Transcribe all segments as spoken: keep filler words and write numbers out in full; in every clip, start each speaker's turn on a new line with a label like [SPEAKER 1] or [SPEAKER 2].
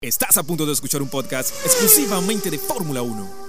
[SPEAKER 1] Estás a punto de escuchar un podcast exclusivamente de Fórmula uno.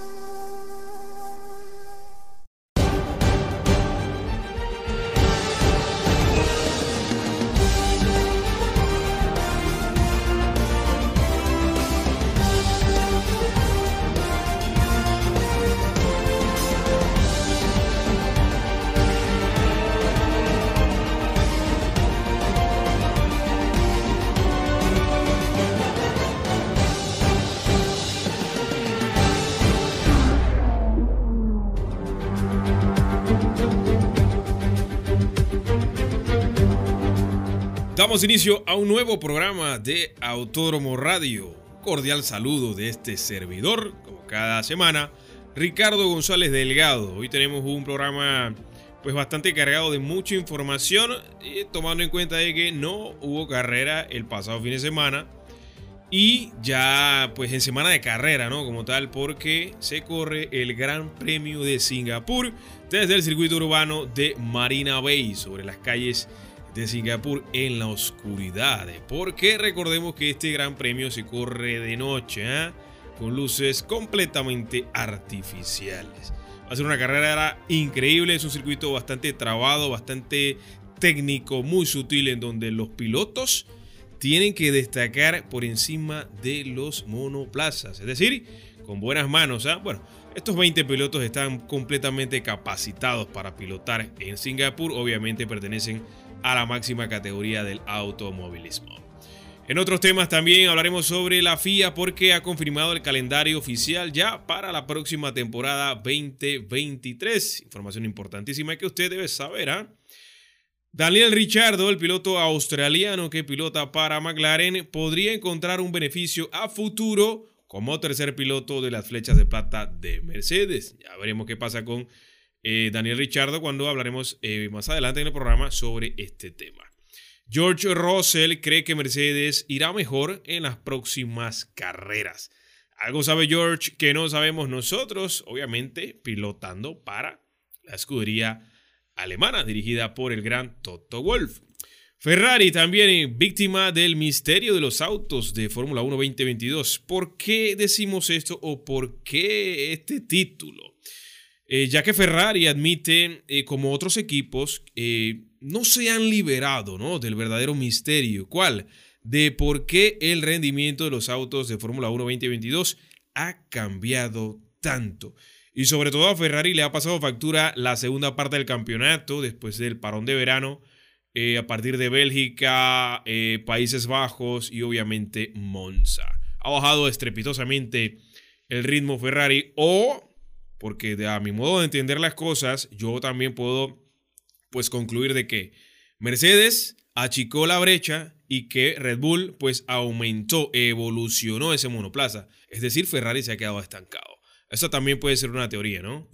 [SPEAKER 2] Damos inicio a un nuevo programa de Autódromo Radio. Cordial saludo de este servidor, como cada semana, Ricardo González Delgado. Hoy tenemos un programa pues bastante cargado de mucha información, eh, tomando en cuenta de que no hubo carrera el pasado fin de semana y ya pues en semana de carrera, ¿no? Como tal, porque se corre el Gran Premio de Singapur desde el circuito urbano de Marina Bay sobre las calles de Singapur en la oscuridad, porque recordemos que este gran premio se corre de noche, ¿eh? con luces completamente artificiales. Va a ser una carrera increíble, es un circuito bastante trabado, bastante técnico, muy sutil, en donde los pilotos tienen que destacar por encima de los monoplazas, es decir, con buenas manos, ¿eh? Bueno, estos veinte pilotos están completamente capacitados para pilotar en Singapur, obviamente pertenecen a la máxima categoría del automovilismo. En otros temas también hablaremos sobre la F I A porque ha confirmado el calendario oficial ya para la próxima temporada veinte veintitrés. Información importantísima que usted debe saber, ¿eh? Daniel Ricciardo, el piloto australiano que pilota para McLaren, podría encontrar un beneficio a futuro como tercer piloto de las flechas de plata de Mercedes. Ya veremos qué pasa con Eh, Daniel Ricciardo cuando hablaremos eh, más adelante en el programa sobre este tema. George Russell cree que Mercedes irá mejor en las próximas carreras. Algo sabe George que no sabemos nosotros, obviamente pilotando para la escudería alemana dirigida por el gran Toto Wolff. Ferrari también víctima del misterio de los autos de Fórmula uno veinte veintidós. ¿Por qué decimos esto o por qué este título? Eh, ya que Ferrari admite, eh, como otros equipos, eh, no se han liberado, ¿no? del verdadero misterio. ¿Cuál? De por qué el rendimiento de los autos de Fórmula uno veinte veintidós ha cambiado tanto. Y sobre todo a Ferrari le ha pasado factura la segunda parte del campeonato después del parón de verano, eh, a partir de Bélgica, eh, Países Bajos y obviamente Monza. Ha bajado estrepitosamente el ritmo Ferrari o... porque de, a mi modo de entender las cosas, yo también puedo pues concluir de que Mercedes achicó la brecha y que Red Bull pues aumentó, evolucionó ese monoplaza. Es decir, Ferrari se ha quedado estancado. Eso también puede ser una teoría, ¿no?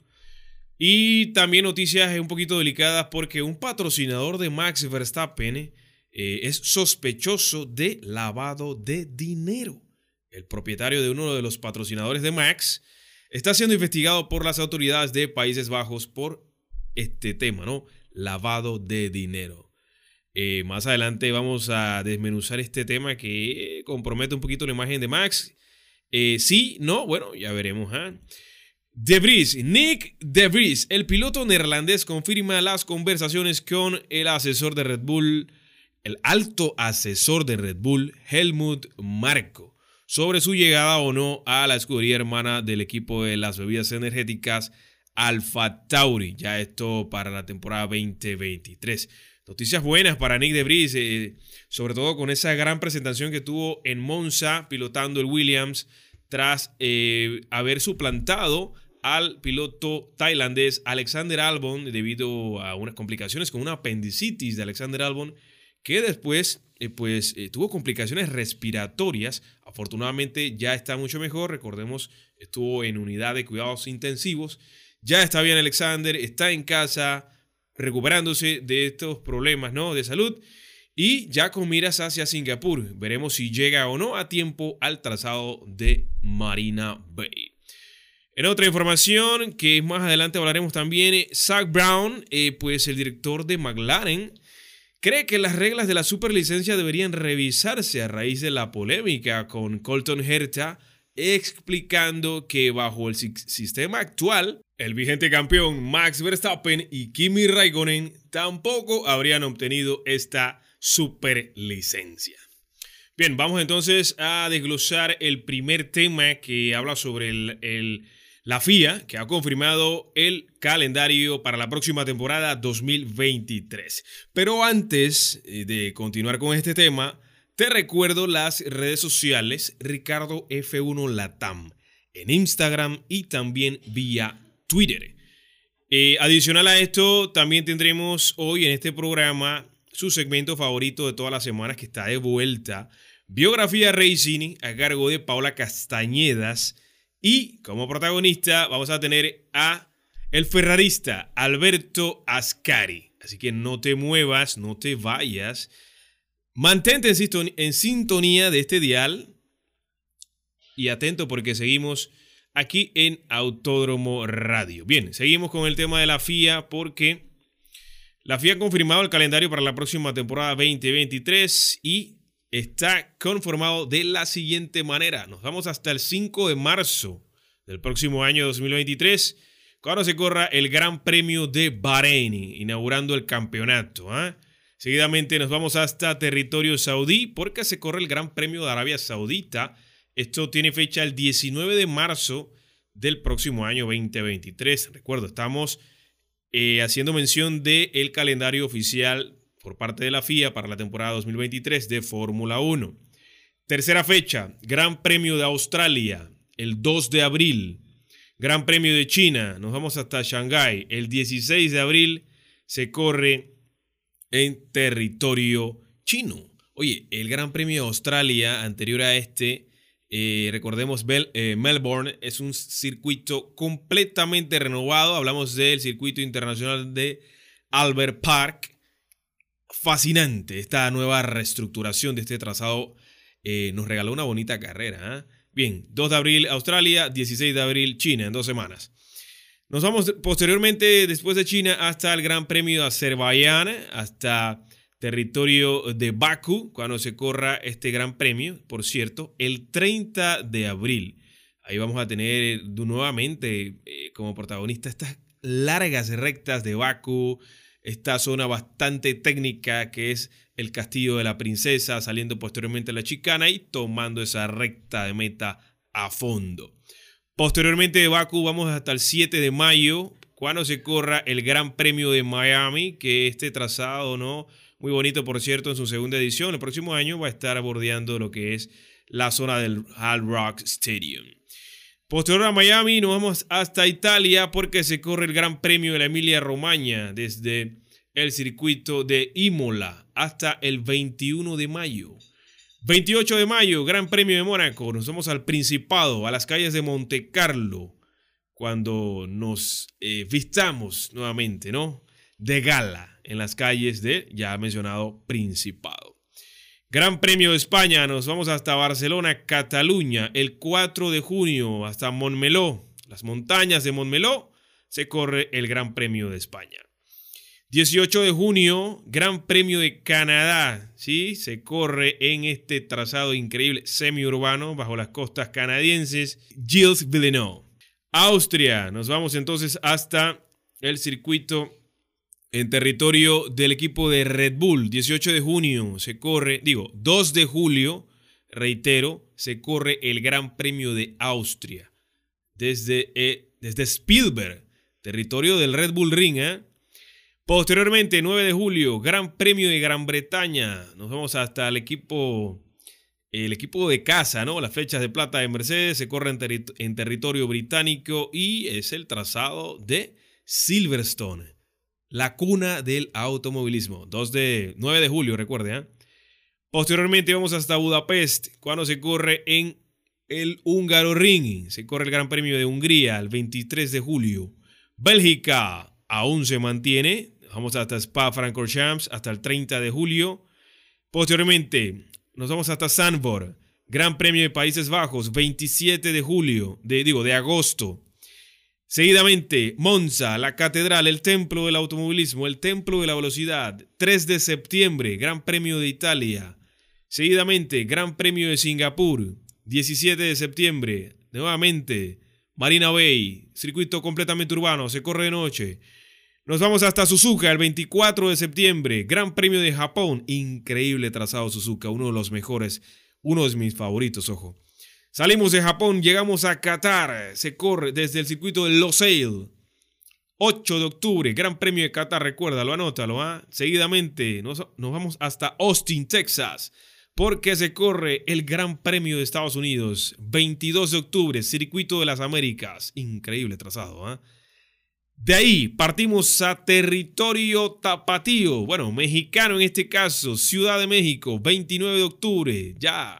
[SPEAKER 2] Y también noticias un poquito delicadas porque un patrocinador de Max Verstappen eh, es sospechoso de lavado de dinero. El propietario de uno de los patrocinadores de Max está siendo investigado por las autoridades de Países Bajos por este tema, ¿no? Lavado de dinero. Eh, más adelante vamos a desmenuzar este tema que compromete un poquito la imagen de Max. Eh, sí, no, bueno, ya veremos, ¿eh? De Vries, Nick De Vries, el piloto neerlandés, confirma las conversaciones con el asesor de Red Bull, el alto asesor de Red Bull, Helmut Marko, sobre su llegada o no a la escudería hermana del equipo de las bebidas energéticas AlphaTauri, ya esto para la temporada veinte veintitrés. Noticias buenas para Nick De Vries, eh, sobre todo con esa gran presentación que tuvo en Monza pilotando el Williams tras eh, haber suplantado al piloto tailandés Alexander Albon debido a unas complicaciones con una apendicitis de Alexander Albon, que después eh, pues, eh, tuvo complicaciones respiratorias. Afortunadamente ya está mucho mejor. Recordemos, estuvo en unidad de cuidados intensivos. Ya está bien Alexander, está en casa recuperándose de estos problemas, ¿no? de salud. Y ya con miras hacia Singapur. Veremos si llega o no a tiempo al trazado de Marina Bay. En otra información que más adelante hablaremos también, Zak Brown, eh, pues el director de McLaren, cree que las reglas de la superlicencia deberían revisarse a raíz de la polémica con Colton Herta, explicando que bajo el sistema actual, el vigente campeón Max Verstappen y Kimi Raikkonen tampoco habrían obtenido esta superlicencia. Bien, vamos entonces a desglosar el primer tema que habla sobre el, el, la F I A, que ha confirmado el calendario para la próxima temporada dos mil veintitrés. Pero antes de continuar con este tema, te recuerdo las redes sociales Ricardo F uno Latam en Instagram y también vía Twitter. Eh, adicional a esto, también tendremos hoy en este programa su segmento favorito de todas las semanas que está de vuelta, Biografía Racing, a cargo de Paula Castañedas. Y como protagonista vamos a tener a el ferrarista Alberto Ascari. Así que no te muevas, no te vayas. Mantente en sintonía de este dial y atento porque seguimos aquí en Autódromo Radio. Bien, seguimos con el tema de la F I A porque la F I A ha confirmado el calendario para la próxima temporada veinte veintitrés y está conformado de la siguiente manera. Nos vamos hasta el cinco de marzo del próximo año dos mil veintitrés, cuando se corra el Gran Premio de Bahrein, inaugurando el campeonato. ¿eh? Seguidamente nos vamos hasta territorio saudí porque se corre el Gran Premio de Arabia Saudita. Esto tiene fecha el diecinueve de marzo del próximo año veinte veintitrés. Recuerdo, estamos eh, haciendo mención del calendario oficial por parte de la F I A para la temporada dos mil veintitrés de Fórmula uno. Tercera fecha, Gran Premio de Australia, el dos de abril. Gran Premio de China, nos vamos hasta Shanghái. El dieciséis de abril se corre en territorio chino. Oye, el Gran Premio de Australia, anterior a este, eh, recordemos, Bel, eh, Melbourne, es un circuito completamente renovado. Hablamos del circuito internacional de Albert Park. Fascinante esta nueva reestructuración de este trazado. Eh, nos regaló una bonita carrera. ¿eh? Bien, dos de abril Australia, dieciséis de abril China, en dos semanas. Nos vamos posteriormente, después de China, hasta el Gran Premio de Azerbaiyán, hasta territorio de Bakú, cuando se corra este Gran Premio, por cierto, el treinta de abril. Ahí vamos a tener nuevamente eh, como protagonista estas largas rectas de Bakú, esta zona bastante técnica que es el Castillo de la Princesa, saliendo posteriormente a la chicana y tomando esa recta de meta a fondo. Posteriormente de Bakú vamos hasta el siete de mayo, cuando se corra el Gran Premio de Miami, que este trazado, ¿no? Muy bonito, por cierto, en su segunda edición. El próximo año va a estar bordeando lo que es la zona del Hard Rock Stadium. Posterior a Miami nos vamos hasta Italia porque se corre el Gran Premio de la Emilia-Romagna desde el circuito de Imola hasta el veintiuno de mayo. veintiocho de mayo, Gran Premio de Mónaco. Nos vamos al Principado, a las calles de Monte Carlo, cuando nos eh, vistamos nuevamente, ¿no? De gala en las calles de ya mencionado Principado. Gran Premio de España, nos vamos hasta Barcelona, Cataluña, el cuatro de junio, hasta Montmeló, las montañas de Montmeló, se corre el Gran Premio de España. dieciocho de junio, Gran Premio de Canadá, ¿sí? Se corre en este trazado increíble semiurbano bajo las costas canadienses, Gilles Villeneuve. Austria, nos vamos entonces hasta el circuito en territorio del equipo de Red Bull. dieciocho de junio se corre, digo, dos de julio, reitero, se corre el Gran Premio de Austria. Desde, eh, desde Spielberg, territorio del Red Bull Ring. ¿eh? Posteriormente, nueve de julio, Gran Premio de Gran Bretaña. Nos vamos hasta el equipo, el equipo de casa, ¿no? Las flechas de plata de Mercedes se corren en, terri en territorio británico y es el trazado de Silverstone, la cuna del automovilismo. nueve de julio, recuerde. ¿eh? Posteriormente vamos hasta Budapest, cuando se corre en el Húngaro Ring. Se corre el Gran Premio de Hungría el veintitrés de julio. Bélgica aún se mantiene. Vamos hasta Spa-Francorchamps hasta el treinta de julio. Posteriormente nos vamos hasta Zandvoort. Gran Premio de Países Bajos, veintisiete de julio, de, digo, de agosto. Seguidamente, Monza, la catedral, el templo del automovilismo, el templo de la velocidad. tres de septiembre, Gran Premio de Italia. Seguidamente, Gran Premio de Singapur. diecisiete de septiembre, nuevamente, Marina Bay, circuito completamente urbano, se corre de noche. Nos vamos hasta Suzuka el veinticuatro de septiembre, Gran Premio de Japón. Increíble trazado Suzuka, uno de los mejores, uno de mis favoritos, ojo. Salimos de Japón, llegamos a Qatar, se corre desde el circuito de Losail. ocho de octubre, Gran Premio de Qatar, recuérdalo, anótalo. ¿eh? Seguidamente nos, nos vamos hasta Austin, Texas, porque se corre el Gran Premio de Estados Unidos. veintidós de octubre, Circuito de las Américas. Increíble trazado. ¿eh? De ahí partimos a territorio tapatío, bueno, mexicano en este caso, Ciudad de México, veintinueve de octubre, ya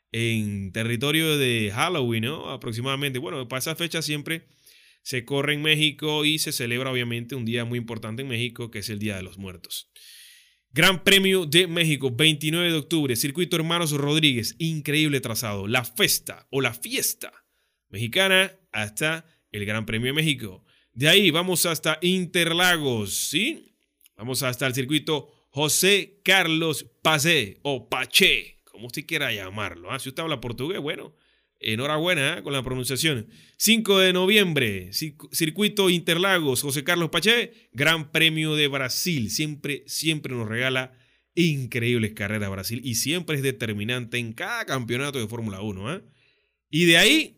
[SPEAKER 2] en territorio de Halloween, ¿no? Aproximadamente. Bueno, para esa fecha siempre se corre en México y se celebra obviamente un día muy importante en México, que es el Día de los Muertos. Gran Premio de México, veintinueve de octubre, Circuito Hermanos Rodríguez, increíble trazado. La festa o la fiesta mexicana hasta el Gran Premio de México. De ahí vamos hasta Interlagos, ¿sí? Vamos hasta el circuito José Carlos Pacé o Paché, como usted quiera llamarlo. ¿eh? Si usted habla portugués, bueno, enhorabuena ¿eh? con la pronunciación. cinco de noviembre, circuito Interlagos, José Carlos Paché, Gran Premio de Brasil. Siempre, siempre nos regala increíbles carreras Brasil y siempre es determinante en cada campeonato de Fórmula uno. ¿eh? Y de ahí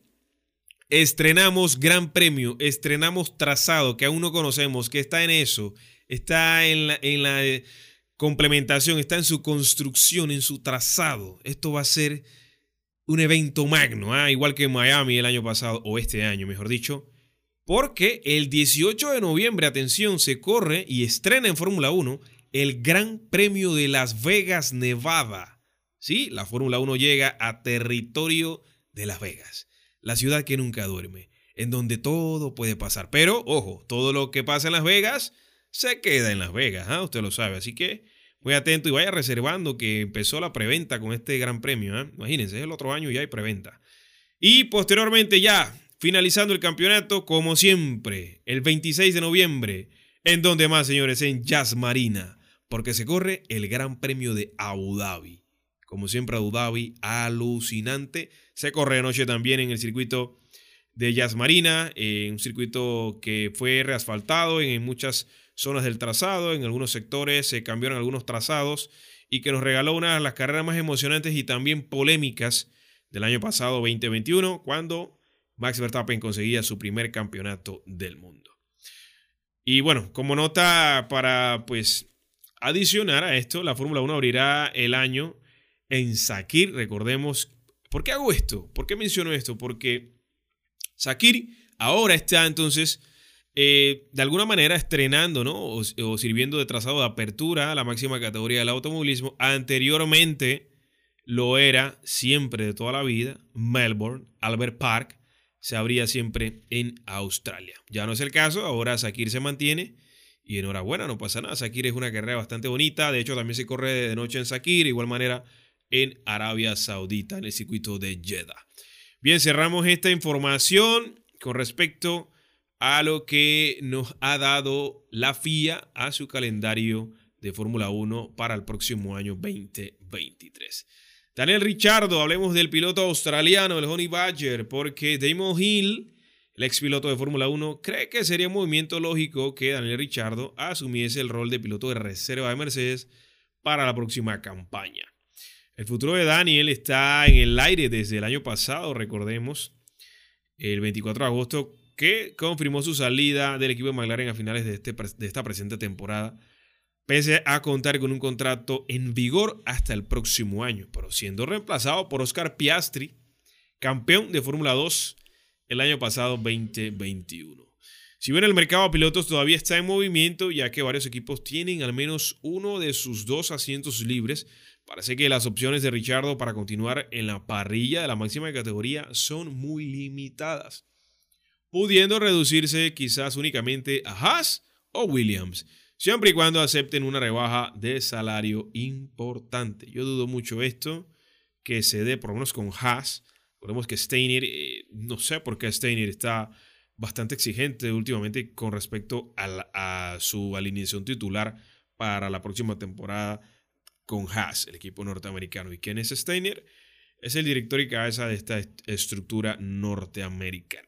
[SPEAKER 2] estrenamos Gran Premio, estrenamos trazado que aún no conocemos, que está en eso, está en la, en la eh, complementación, está en su construcción, en su trazado. Esto va a ser un evento magno, ¿eh? igual que Miami el año pasado, o este año, mejor dicho, porque el dieciocho de noviembre, atención, se corre y estrena en Fórmula uno el Gran Premio de Las Vegas, Nevada. Sí, la Fórmula uno llega a territorio de Las Vegas, la ciudad que nunca duerme, en donde todo puede pasar. Pero, ojo, todo lo que pasa en Las Vegas se queda en Las Vegas, ¿eh? Usted lo sabe, así que muy atento y vaya reservando que empezó la preventa con este Gran Premio. ¿eh? Imagínense, el otro año ya hay preventa. Y posteriormente ya, finalizando el campeonato, como siempre, el veintiséis de noviembre, ¿en donde más, señores? En Yas Marina, porque se corre el Gran Premio de Abu Dhabi. Como siempre, Abu Dhabi, alucinante. Se corre de noche también en el circuito de Yas Marina, eh, un circuito que fue reasfaltado en muchas zonas del trazado, en algunos sectores se cambiaron algunos trazados y que nos regaló una de las carreras más emocionantes y también polémicas del año pasado veinte veintiuno, cuando Max Verstappen conseguía su primer campeonato del mundo. Y bueno, como nota para pues adicionar a esto, la Fórmula uno abrirá el año en Sakir, recordemos. ¿Por qué hago esto? ¿Por qué menciono esto? Porque Sakir ahora está entonces Eh, de alguna manera estrenando, ¿no? O, o sirviendo de trazado de apertura a la máxima categoría del automovilismo. Anteriormente lo era siempre de toda la vida. Melbourne, Albert Park, se abría siempre en Australia. Ya no es el caso, ahora Sakir se mantiene y enhorabuena, no pasa nada. Sakir es una carrera bastante bonita, de hecho también se corre de noche en Sakir, de igual manera en Arabia Saudita, en el circuito de Jeddah. Bien, cerramos esta información con respecto a lo que nos ha dado la F I A a su calendario de Fórmula uno para el próximo año veinte veintitrés. Daniel Ricciardo, hablemos del piloto australiano, el Honey Badger, porque Damon Hill, el ex piloto de Fórmula uno, cree que sería un movimiento lógico que Daniel Ricciardo asumiese el rol de piloto de reserva de Mercedes para la próxima campaña. El futuro de Daniel está en el aire desde el año pasado, recordemos, el veinticuatro de agosto, que confirmó su salida del equipo de McLaren a finales de, este, de esta presente temporada, pese a contar con un contrato en vigor hasta el próximo año, pero siendo reemplazado por Oscar Piastri, campeón de Fórmula dos el año pasado veinte veintiuno. Si bien el mercado de pilotos todavía está en movimiento, ya que varios equipos tienen al menos uno de sus dos asientos libres, parece que las opciones de Ricciardo para continuar en la parrilla de la máxima categoría son muy limitadas, pudiendo reducirse quizás únicamente a Haas o Williams, siempre y cuando acepten una rebaja de salario importante. Yo dudo mucho esto, que se dé por lo menos con Haas. Recordemos que Steiner, eh, no sé por qué Steiner está bastante exigente últimamente con respecto a, la, a su alineación titular para la próxima temporada con Haas, el equipo norteamericano. Y Kenneth Steiner es el director y cabeza de esta estructura norteamericana.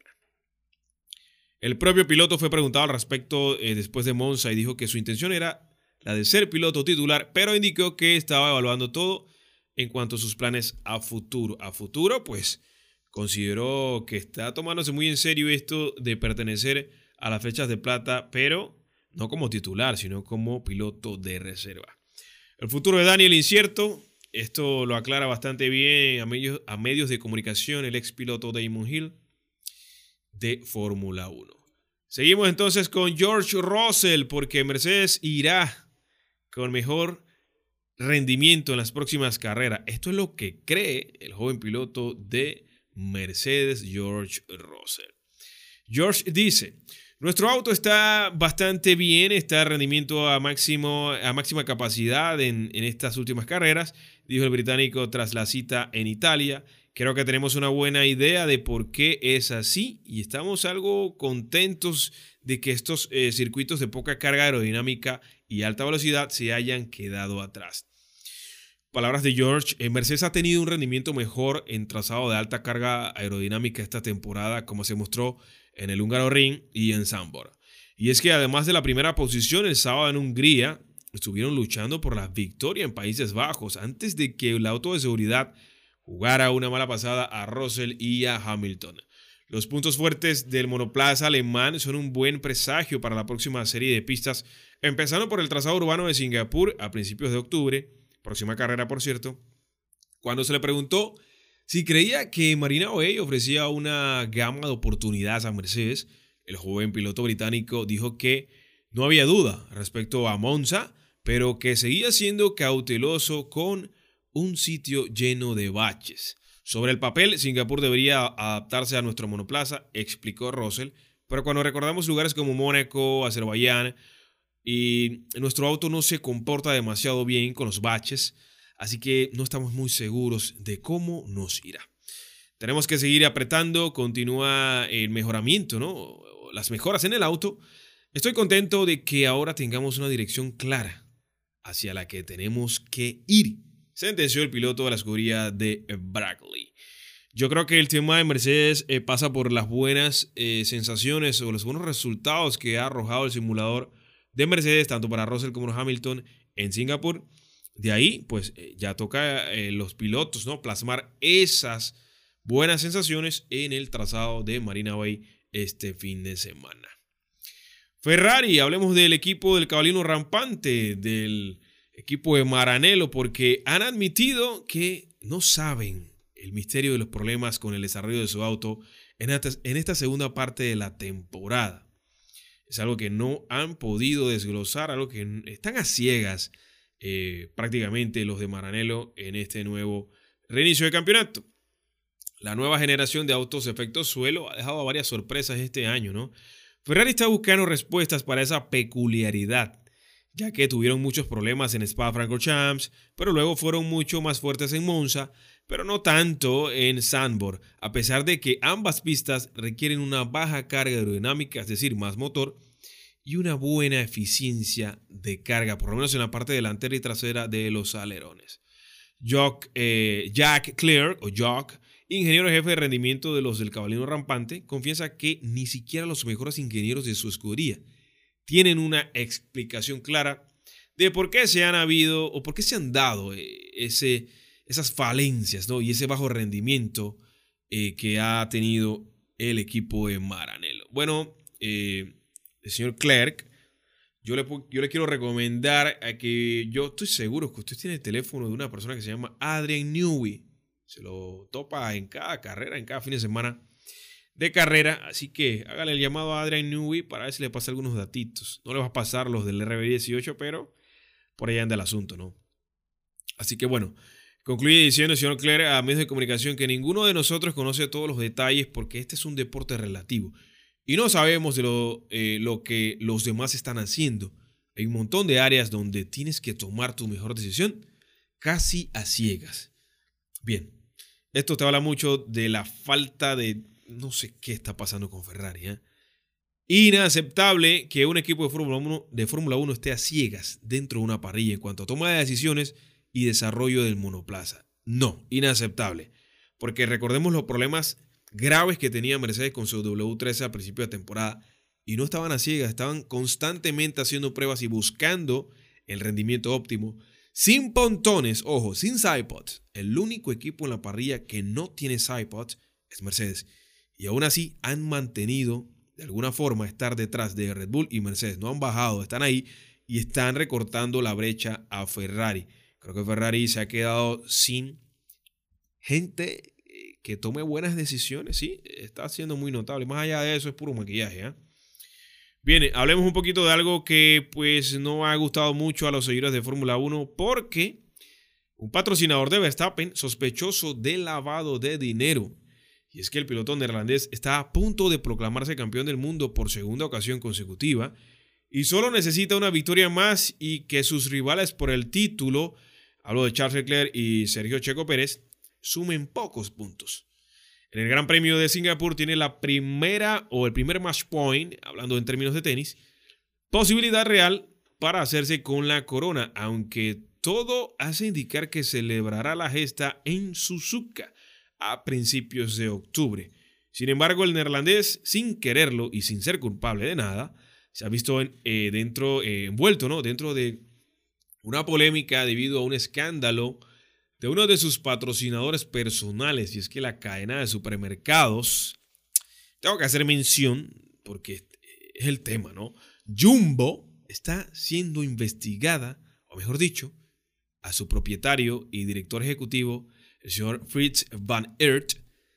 [SPEAKER 2] El propio piloto fue preguntado al respecto eh, después de Monza y dijo que su intención era la de ser piloto titular, pero indicó que estaba evaluando todo en cuanto a sus planes a futuro. A futuro, pues, consideró que está tomándose muy en serio esto de pertenecer a las flechas de plata, pero no como titular, sino como piloto de reserva. El futuro de Daniel incierto. Esto lo aclara bastante bien a medios, a medios de comunicación el ex piloto Damon Hill de Fórmula uno. Seguimos entonces con George Russell, porque Mercedes irá con mejor rendimiento en las próximas carreras. Esto es lo que cree el joven piloto de Mercedes, George Russell. George dice: nuestro auto está bastante bien, está rendimiento a, máximo, a máxima capacidad en, en estas últimas carreras, dijo el británico tras la cita en Italia. Creo que tenemos una buena idea de por qué es así y estamos algo contentos de que estos eh, circuitos de poca carga aerodinámica y alta velocidad se hayan quedado atrás. Palabras de George: eh, Mercedes ha tenido un rendimiento mejor en trazado de alta carga aerodinámica esta temporada, como se mostró en el Hungaroring y en Zandvoort. Y es que además de la primera posición el sábado en Hungría, estuvieron luchando por la victoria en Países Bajos antes de que el auto de seguridad jugara una mala pasada a Russell y a Hamilton. Los puntos fuertes del monoplaza alemán son un buen presagio para la próxima serie de pistas, empezando por el trazado urbano de Singapur a principios de octubre, próxima carrera por cierto. Cuando se le preguntó si creía que Marina O'Ey ofrecía una gama de oportunidades a Mercedes, el joven piloto británico dijo que no había duda respecto a Monza, pero que seguía siendo cauteloso con un sitio lleno de baches. Sobre el papel, Singapur debería adaptarse a nuestro monoplaza, explicó Russell, pero cuando recordamos lugares como Mónaco, Azerbaiyán, y nuestro auto no se comporta demasiado bien con los baches, así que no estamos muy seguros de cómo nos irá. Tenemos que seguir apretando, continúa el mejoramiento, ¿no? Las mejoras en el auto. Estoy contento de que ahora tengamos una dirección clara hacia la que tenemos que ir, sentenció el piloto de la escudería de Brackley. Yo creo que el tema de Mercedes eh, pasa por las buenas eh, sensaciones o los buenos resultados que ha arrojado el simulador de Mercedes, tanto para Russell como Hamilton en Singapur. De ahí, pues eh, ya toca eh, los pilotos, ¿no?, plasmar esas buenas sensaciones en el trazado de Marina Bay este fin de semana. Ferrari, hablemos del equipo del caballino rampante, del equipo de Maranello, porque han admitido que no saben el misterio de los problemas con el desarrollo de su auto en esta, en esta segunda parte de la temporada. Es algo que no han podido desglosar, algo que están a ciegas eh, prácticamente los de Maranello en este nuevo reinicio de campeonato. La nueva generación de autos efecto suelo ha dejado varias sorpresas este año, ¿no? Ferrari está buscando respuestas para esa peculiaridad, ya que tuvieron muchos problemas en Spa-Francorchamps, pero luego fueron mucho más fuertes en Monza, pero no tanto en Zandvoort, a pesar de que ambas pistas requieren una baja carga aerodinámica, es decir, más motor, y una buena eficiencia de carga, por lo menos en la parte delantera y trasera de los alerones. Jack, eh, Jack Clerk, o Jack, ingeniero jefe de rendimiento de los del caballino rampante, confiesa que ni siquiera los mejores ingenieros de su escudería tienen una explicación clara de por qué se han habido o por qué se han dado ese, esas falencias, ¿no?, y ese bajo rendimiento eh, que ha tenido el equipo de Maranello. Bueno, eh, el señor Clerk, yo le, yo le quiero recomendar a que yo estoy seguro que usted tiene el teléfono de una persona que se llama Adrian Newey. Se lo topa en cada carrera, en cada fin de semana de carrera, así que hágale el llamado a Adrian Newey para ver si le pasa algunos datitos. No le va a pasar los del R B dieciocho, pero por ahí anda el asunto, ¿no? Así que bueno, concluye diciendo el señor Clerc a medios de comunicación que ninguno de nosotros conoce todos los detalles porque este es un deporte relativo y no sabemos de lo, eh, lo que los demás están haciendo. Hay un montón de áreas donde tienes que tomar tu mejor decisión casi a ciegas. Bien, esto te habla mucho de la falta de... No sé qué está pasando con Ferrari, ¿eh? Inaceptable que un equipo de Fórmula uno, de Fórmula uno esté a ciegas dentro de una parrilla en cuanto a toma de decisiones y desarrollo del monoplaza. No, inaceptable. Porque recordemos los problemas graves que tenía Mercedes con su W trece al principio de temporada. Y no estaban a ciegas, estaban constantemente haciendo pruebas y buscando el rendimiento óptimo. Sin pontones, ojo, sin sidepods. El único equipo en la parrilla que no tiene sidepods es Mercedes. Y aún así han mantenido de alguna forma estar detrás de Red Bull y Mercedes. No han bajado, están ahí y están recortando la brecha a Ferrari. Creo que Ferrari se ha quedado sin gente que tome buenas decisiones. Sí, está siendo muy notable. Más allá de eso es puro maquillaje, ¿eh? Bien, hablemos un poquito de algo que pues no ha gustado mucho a los seguidores de Fórmula uno, porque un patrocinador de Verstappen sospechoso de lavado de dinero. Y es que el piloto neerlandés está a punto de proclamarse campeón del mundo por segunda ocasión consecutiva y solo necesita una victoria más y que sus rivales por el título, hablo de Charles Leclerc y Sergio Checo Pérez, sumen pocos puntos. En el Gran Premio de Singapur tiene la primera o el primer match point, hablando en términos de tenis, posibilidad real para hacerse con la corona, aunque todo hace indicar que celebrará la gesta en Suzuka a principios de octubre. Sin embargo, el neerlandés, sin quererlo y sin ser culpable de nada, se ha visto en, eh, dentro, eh, envuelto, ¿no? dentro de una polémica debido a un escándalo de uno de sus patrocinadores personales, y es que la cadena de supermercados, tengo que hacer mención porque es el tema, ¿no? Jumbo está siendo investigada, o mejor dicho, a su propietario y director ejecutivo, el señor Frits van Aert,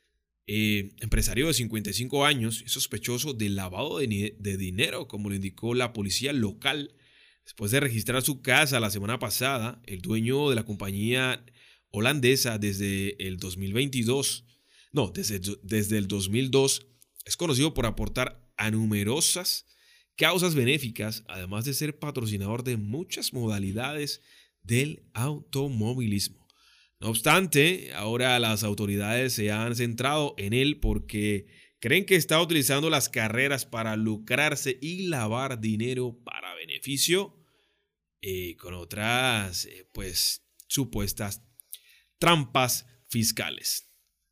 [SPEAKER 2] eh, empresario de cincuenta y cinco años, y sospechoso de lavado de, de dinero, como lo indicó la policía local, después de registrar su casa la semana pasada. El dueño de la compañía holandesa desde el dos mil veintidós, no, desde, desde el dos mil dos, es conocido por aportar a numerosas causas benéficas, además de ser patrocinador de muchas modalidades del automovilismo. No obstante, ahora las autoridades se han centrado en él porque creen que está utilizando las carreras para lucrarse y lavar dinero para beneficio eh, con otras eh, pues supuestas trampas fiscales.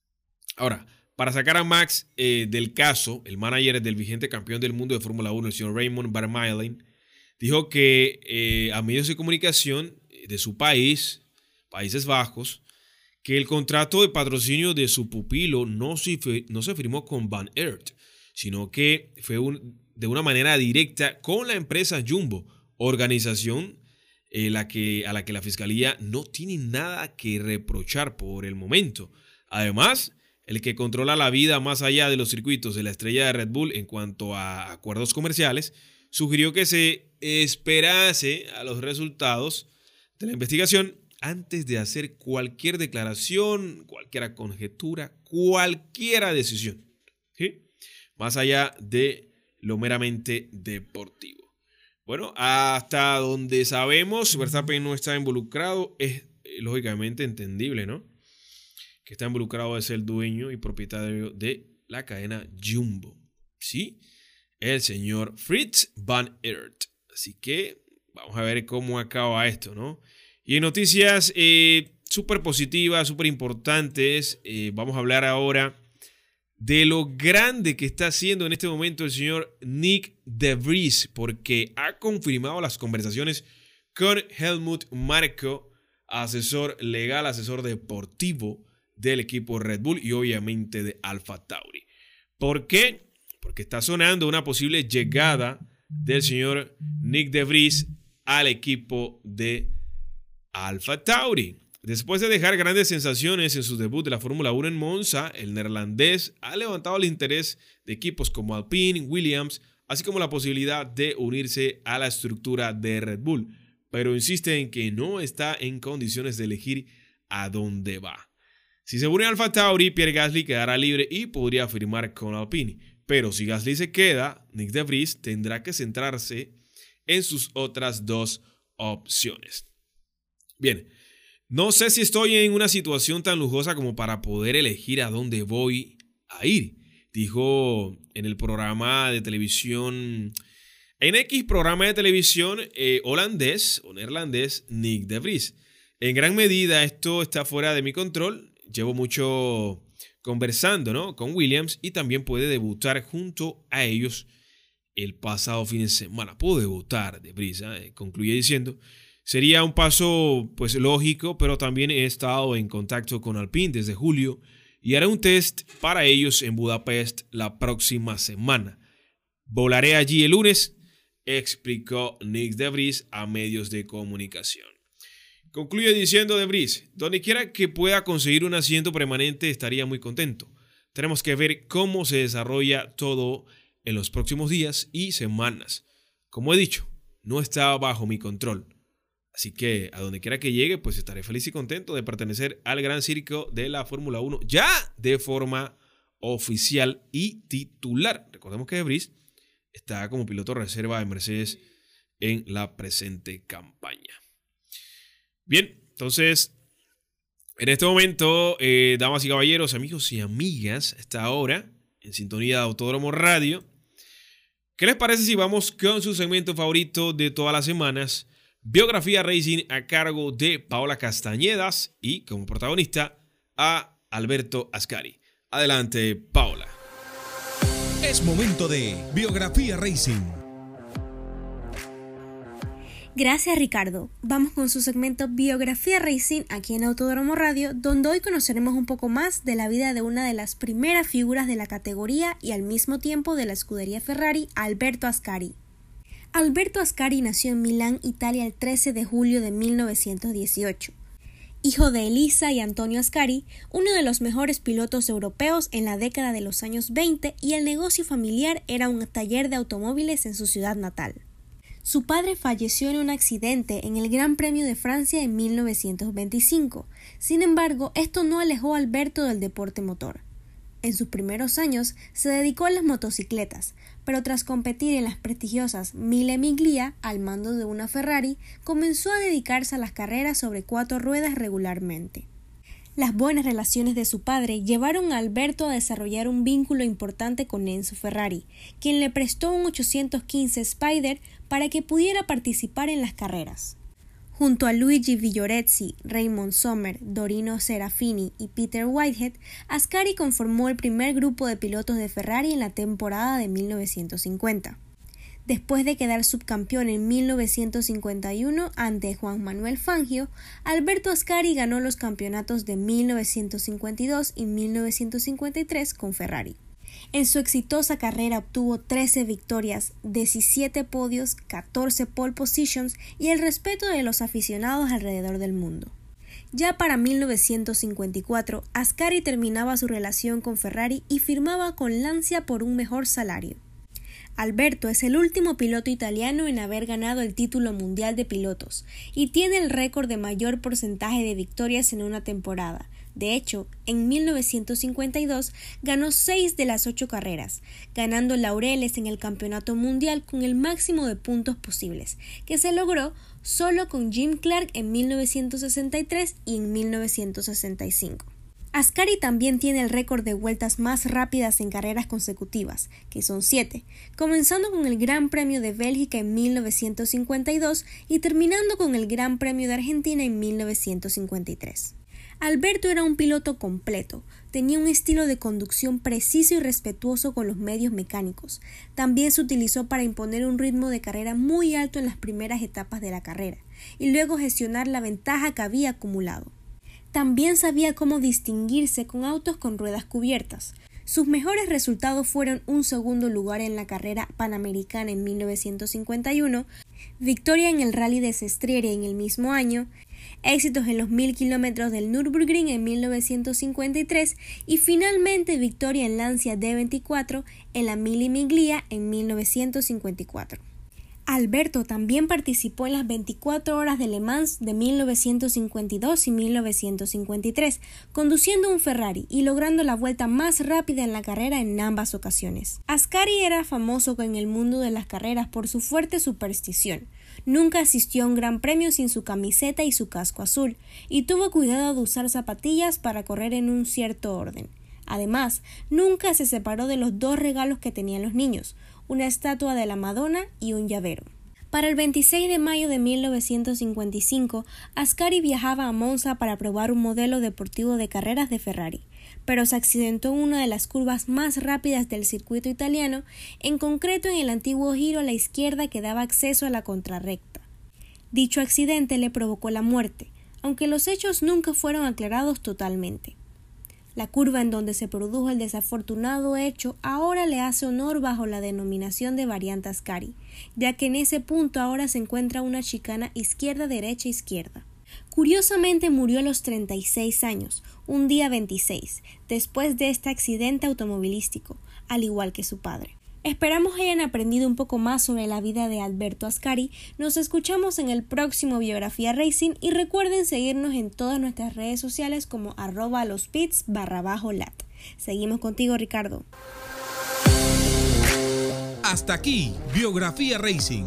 [SPEAKER 2] Ahora, para sacar a Max eh, del caso, el manager del vigente campeón del mundo de Fórmula uno, el señor Raymond Vermeulen, dijo que eh, a medios de comunicación de su país, Países Bajos, que el contrato de patrocinio de su pupilo no se, no se firmó con Van Aert, sino que fue un, de una manera directa con la empresa Jumbo, organización eh, la que, a la que la fiscalía no tiene nada que reprochar por el momento. Además, el que controla la vida más allá de los circuitos de la estrella de Red Bull en cuanto a acuerdos comerciales, sugirió que se esperase a los resultados de la investigación antes de hacer cualquier declaración, cualquier conjetura, cualquier decisión, ¿sí? Más allá de lo meramente deportivo. Bueno, hasta donde sabemos, Verstappen no está involucrado. Es eh, lógicamente entendible, ¿no? Que está involucrado es el dueño y propietario de la cadena Jumbo, ¿sí? El señor Frits van Aert. Así que vamos a ver cómo acaba esto, ¿no? Y en noticias eh, súper positivas, súper importantes, eh, vamos a hablar ahora de lo grande que está haciendo en este momento el señor Nyck de Vries, porque ha confirmado las conversaciones con Helmut Marko, asesor legal, asesor deportivo del equipo Red Bull y obviamente de AlphaTauri. ¿Por qué? Porque está sonando una posible llegada del señor Nyck de Vries al equipo de AlphaTauri. Después de dejar grandes sensaciones en su debut de la Fórmula uno en Monza, el neerlandés ha levantado el interés de equipos como Alpine, Williams, así como la posibilidad de unirse a la estructura de Red Bull, pero insiste en que no está en condiciones de elegir a dónde va. Si se une a AlphaTauri, Pierre Gasly quedará libre y podría firmar con Alpine, pero si Gasly se queda, Nyck de Vries tendrá que centrarse en sus otras dos opciones. Bien, no sé si estoy en una situación tan lujosa como para poder elegir a dónde voy a ir. dijo en el programa de televisión, en X programa de televisión eh, holandés o neerlandés, Nyck de Vries. En gran medida esto está fuera de mi control. Llevo mucho conversando, ¿no?, con Williams y también puede debutar junto a ellos el pasado fin de semana. Pudo debutar de Vries, ¿eh? Concluye diciendo, sería un paso pues lógico, pero también he estado en contacto con Alpine desde julio y haré un test para ellos en Budapest la próxima semana. Volaré allí el lunes, explicó Nyck de Vries a medios de comunicación. Concluye diciendo de Vries, donde quiera que pueda conseguir un asiento permanente estaría muy contento. Tenemos que ver cómo se desarrolla todo en los próximos días y semanas. Como he dicho, no está bajo mi control. Así que a donde quiera que llegue, pues estaré feliz y contento de pertenecer al gran circo de la Fórmula uno ya de forma oficial y titular. Recordemos que de Vries está como piloto reserva de Mercedes en la presente campaña. Bien, entonces, en este momento, eh, damas y caballeros, amigos y amigas, a esta hora, en sintonía de Autódromo Radio, ¿qué les parece si vamos con su segmento favorito de todas las semanas? Biografía Racing, a cargo de Paola Castañedas y como protagonista a Alberto Ascari. Adelante, Paola.
[SPEAKER 1] Es momento de Biografía Racing.
[SPEAKER 3] Gracias, Ricardo. Vamos con su segmento Biografía Racing aquí en Autódromo Radio, donde hoy conoceremos un poco más de la vida de una de las primeras figuras de la categoría y al mismo tiempo de la escudería Ferrari, Alberto Ascari. Alberto Ascari nació en Milán, Italia, el trece de julio de mil novecientos dieciocho. Hijo de Elisa y Antonio Ascari, uno de los mejores pilotos europeos en la década de los años veinte, y el negocio familiar era un taller de automóviles en su ciudad natal. Su padre falleció en un accidente en el Gran Premio de Francia en mil novecientos veinticinco. Sin embargo, esto no alejó a Alberto del deporte motor. En sus primeros años se dedicó a las motocicletas, pero tras competir en las prestigiosas Mille Miglia al mando de una Ferrari, comenzó a dedicarse a las carreras sobre cuatro ruedas regularmente. Las buenas relaciones de su padre llevaron a Alberto a desarrollar un vínculo importante con Enzo Ferrari, quien le prestó un ochocientos quince Spider para que pudiera participar en las carreras. Junto a Luigi Villorezzi, Raymond Sommer, Dorino Serafini y Peter Whitehead, Ascari conformó el primer grupo de pilotos de Ferrari en la temporada de mil novecientos cincuenta. Después de quedar subcampeón en mil novecientos cincuenta y uno ante Juan Manuel Fangio, Alberto Ascari ganó los campeonatos de mil novecientos cincuenta y dos y mil novecientos cincuenta y tres con Ferrari. En su exitosa carrera obtuvo trece victorias, diecisiete podios, catorce pole positions y el respeto de los aficionados alrededor del mundo. Ya para mil novecientos cincuenta y cuatro, Ascari terminaba su relación con Ferrari y firmaba con Lancia por un mejor salario. Alberto es el último piloto italiano en haber ganado el título mundial de pilotos y tiene el récord de mayor porcentaje de victorias en una temporada. De hecho, en mil novecientos cincuenta y dos ganó seis de las ocho carreras, ganando laureles en el campeonato mundial con el máximo de puntos posibles, que se logró solo con Jim Clark en mil novecientos sesenta y tres y en mil novecientos sesenta y cinco. Ascari también tiene el récord de vueltas más rápidas en carreras consecutivas, que son siete, comenzando con el Gran Premio de Bélgica en mil novecientos cincuenta y dos y terminando con el Gran Premio de Argentina en mil novecientos cincuenta y tres. Alberto era un piloto completo, tenía un estilo de conducción preciso y respetuoso con los medios mecánicos. También se utilizó para imponer un ritmo de carrera muy alto en las primeras etapas de la carrera, y luego gestionar la ventaja que había acumulado. También sabía cómo distinguirse con autos con ruedas cubiertas. Sus mejores resultados fueron un segundo lugar en la carrera panamericana en mil novecientos cincuenta y uno, victoria en el Rally de Sestriere en el mismo año, éxitos en los mil kilómetros del Nürburgring en mil novecientos cincuenta y tres y finalmente victoria en Lancia D veinticuatro en la Mille Miglia en mil novecientos cincuenta y cuatro. Alberto también participó en las veinticuatro horas de Le Mans de mil novecientos cincuenta y dos y mil novecientos cincuenta y tres, conduciendo un Ferrari y logrando la vuelta más rápida en la carrera en ambas ocasiones. Ascari era famoso en el mundo de las carreras por su fuerte superstición. Nunca asistió a un gran premio sin su camiseta y su casco azul, y tuvo cuidado de usar zapatillas para correr en un cierto orden. Además, nunca se separó de los dos regalos que tenían los niños, una estatua de la Madonna y un llavero. Para el veintiséis de mayo de mil novecientos cincuenta y cinco, Ascari viajaba a Monza para probar un modelo deportivo de carreras de Ferrari, pero se accidentó en una de las curvas más rápidas del circuito italiano, en concreto en el antiguo giro a la izquierda que daba acceso a la contrarrecta. Dicho accidente le provocó la muerte, aunque los hechos nunca fueron aclarados totalmente. La curva en donde se produjo el desafortunado hecho ahora le hace honor bajo la denominación de variante Ascari, ya que en ese punto ahora se encuentra una chicana izquierda-derecha-izquierda. Curiosamente murió a los treinta y seis años, un día veintiséis, después de este accidente automovilístico, al igual que su padre. Esperamos hayan aprendido un poco más sobre la vida de Alberto Ascari. Nos escuchamos en el próximo Biografía Racing y recuerden seguirnos en todas nuestras redes sociales como arroba lospits barra bajo lat. Seguimos contigo, Ricardo.
[SPEAKER 1] Hasta aquí, Biografía Racing.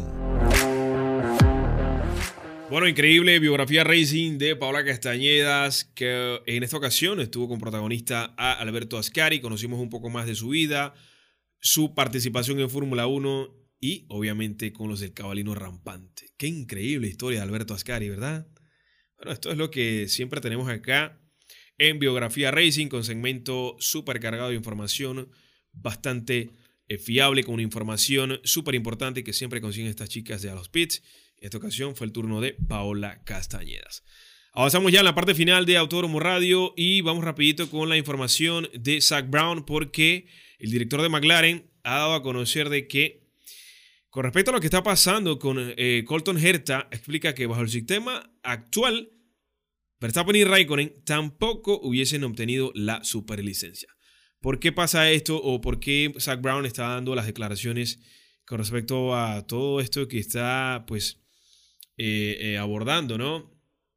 [SPEAKER 2] Bueno, increíble Biografía Racing de Paola Castañedas, que en esta ocasión estuvo con protagonista a Alberto Ascari. Conocimos un poco más de su vida, su participación en Fórmula uno y obviamente con los del cabalino rampante. Qué increíble historia de Alberto Ascari, ¿verdad? Bueno, esto es lo que siempre tenemos acá en Biografía Racing, con segmento súper cargado de información, bastante eh, fiable, con una información súper importante que siempre consiguen estas chicas de A Los Pits. En esta ocasión fue el turno de Paola Castañedas. Avanzamos ya en la parte final de Autódromo Radio y vamos rapidito con la información de Zak Brown, porque el director de McLaren ha dado a conocer de que, con respecto a lo que está pasando con eh, Colton Herta, explica que bajo el sistema actual, Verstappen y Raikkonen tampoco hubiesen obtenido la superlicencia. ¿Por qué pasa esto o por qué Zak Brown está dando las declaraciones con respecto a todo esto que está pues eh, eh, abordando, ¿no?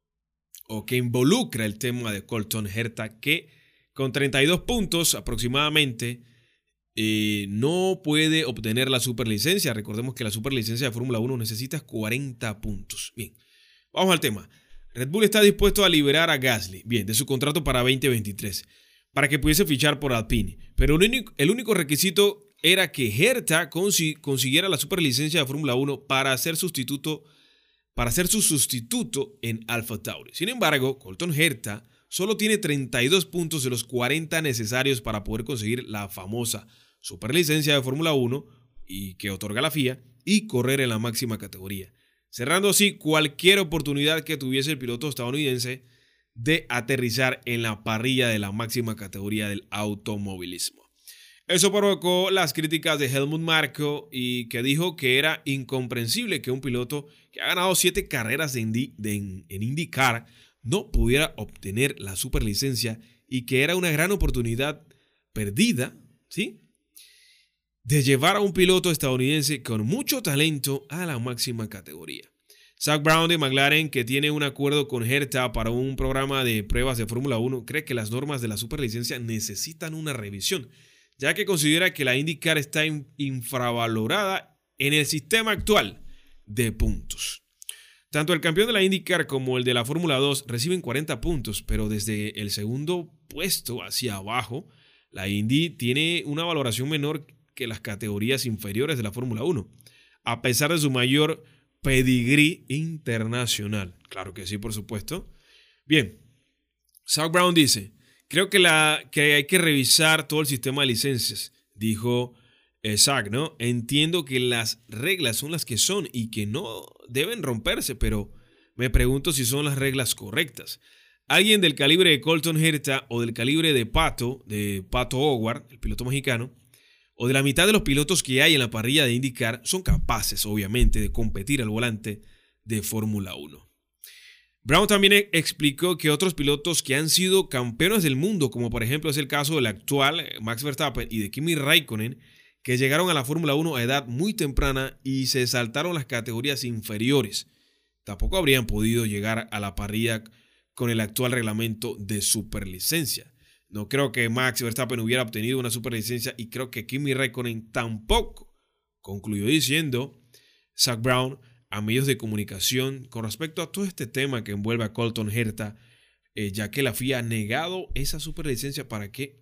[SPEAKER 2] O que involucra el tema de Colton Herta, que con treinta y dos puntos aproximadamente Eh, no puede obtener la superlicencia. Recordemos que la superlicencia de Fórmula uno necesita cuarenta puntos. Bien, vamos al tema. Red Bull está dispuesto a liberar a Gasly, bien, de su contrato para veinte veintitrés, para que pudiese fichar por Alpine. Pero el único, el único requisito era que Herta consi- consiguiera la superlicencia de Fórmula uno para ser sustituto, para ser su sustituto en AlphaTauri. Sin embargo, Colton Herta solo tiene treinta y dos puntos de los cuarenta necesarios para poder conseguir la famosa superlicencia de Fórmula uno y que otorga la F I A y correr en la máxima categoría, cerrando así cualquier oportunidad que tuviese el piloto estadounidense de aterrizar en la parrilla de la máxima categoría del automovilismo. Eso provocó las críticas de Helmut Marko, y que dijo que era incomprensible que un piloto que ha ganado siete carreras de Indy, de, en, en IndyCar no pudiera obtener la superlicencia y que era una gran oportunidad perdida, ¿sí?, de llevar a un piloto estadounidense con mucho talento a la máxima categoría. Zak Brown de McLaren, que tiene un acuerdo con Herta para un programa de pruebas de Fórmula uno, cree que las normas de la superlicencia necesitan una revisión, ya que considera que la IndyCar está infravalorada en el sistema actual de puntos. Tanto el campeón de la IndyCar como el de la Fórmula dos reciben cuarenta puntos, pero desde el segundo puesto hacia abajo, la Indy tiene una valoración menor que las categorías inferiores de la Fórmula uno, a pesar de su mayor pedigrí internacional. Claro que sí, por supuesto. Bien, Zak Brown dice: creo que, la, que hay que revisar todo el sistema de licencias, dijo eh, Zak, ¿no? Entiendo que las reglas son las que son y que no deben romperse, pero me pregunto si son las reglas correctas. Alguien del calibre de Colton Herta o del calibre de Pato, de Pato O'Ward, el piloto mexicano, o de la mitad de los pilotos que hay en la parrilla de IndyCar son capaces, obviamente, de competir al volante de Fórmula uno. Brown también explicó que otros pilotos que han sido campeones del mundo, como por ejemplo es el caso del actual Max Verstappen y de Kimi Raikkonen, que llegaron a la Fórmula uno a edad muy temprana y se saltaron las categorías inferiores, tampoco habrían podido llegar a la parrilla con el actual reglamento de superlicencia. No creo que Max Verstappen hubiera obtenido una superlicencia y creo que Kimi Raikkonen tampoco, concluyó diciendo Zak Brown a medios de comunicación con respecto a todo este tema que envuelve a Colton Herta, eh, ya que la F I A ha negado esa superlicencia para que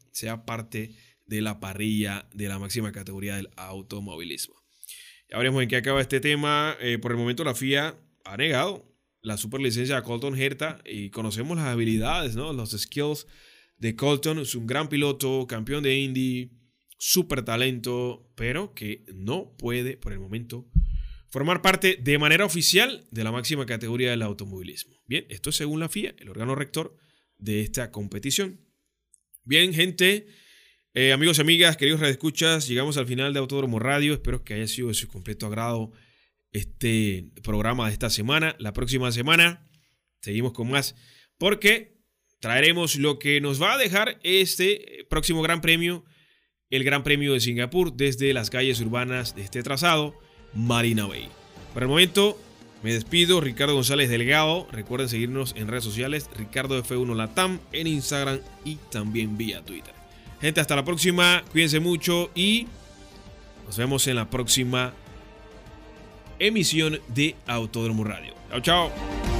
[SPEAKER 2] sea parte de la parrilla de la máxima categoría del automovilismo. Ya veremos en qué acaba este tema. Eh, por el momento la F I A ha negado la superlicencia a Colton Herta y conocemos las habilidades, ¿no? Los skills de Colton. Es un gran piloto, campeón de Indy, súper talento, pero que no puede por el momento formar parte de manera oficial de la máxima categoría del automovilismo. Bien, esto es según la F I A, el órgano rector de esta competición. Bien, gente, eh, amigos y amigas, queridos radioescuchas, llegamos al final de Autódromo Radio. Espero que haya sido de su completo agrado este programa de esta semana. La próxima semana seguimos con más, porque traeremos lo que nos va a dejar este próximo Gran Premio, el Gran Premio de Singapur, desde las calles urbanas de este trazado, Marina Bay. Por el momento me despido, Ricardo González Delgado. Recuerden seguirnos en redes sociales, Ricardo F uno Latam, en Instagram y también vía Twitter. Gente, hasta la próxima, cuídense mucho y nos vemos en la próxima emisión de Autódromo Radio. Chao, chao.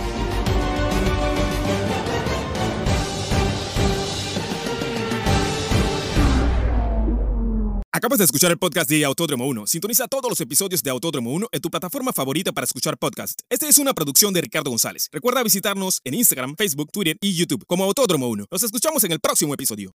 [SPEAKER 1] Acabas de escuchar el podcast de Autódromo uno. Sintoniza todos los episodios de Autódromo uno en tu plataforma favorita para escuchar podcast. Esta es una producción de Ricardo González. Recuerda visitarnos en Instagram, Facebook, Twitter y YouTube como Autódromo uno. Nos escuchamos en el próximo episodio.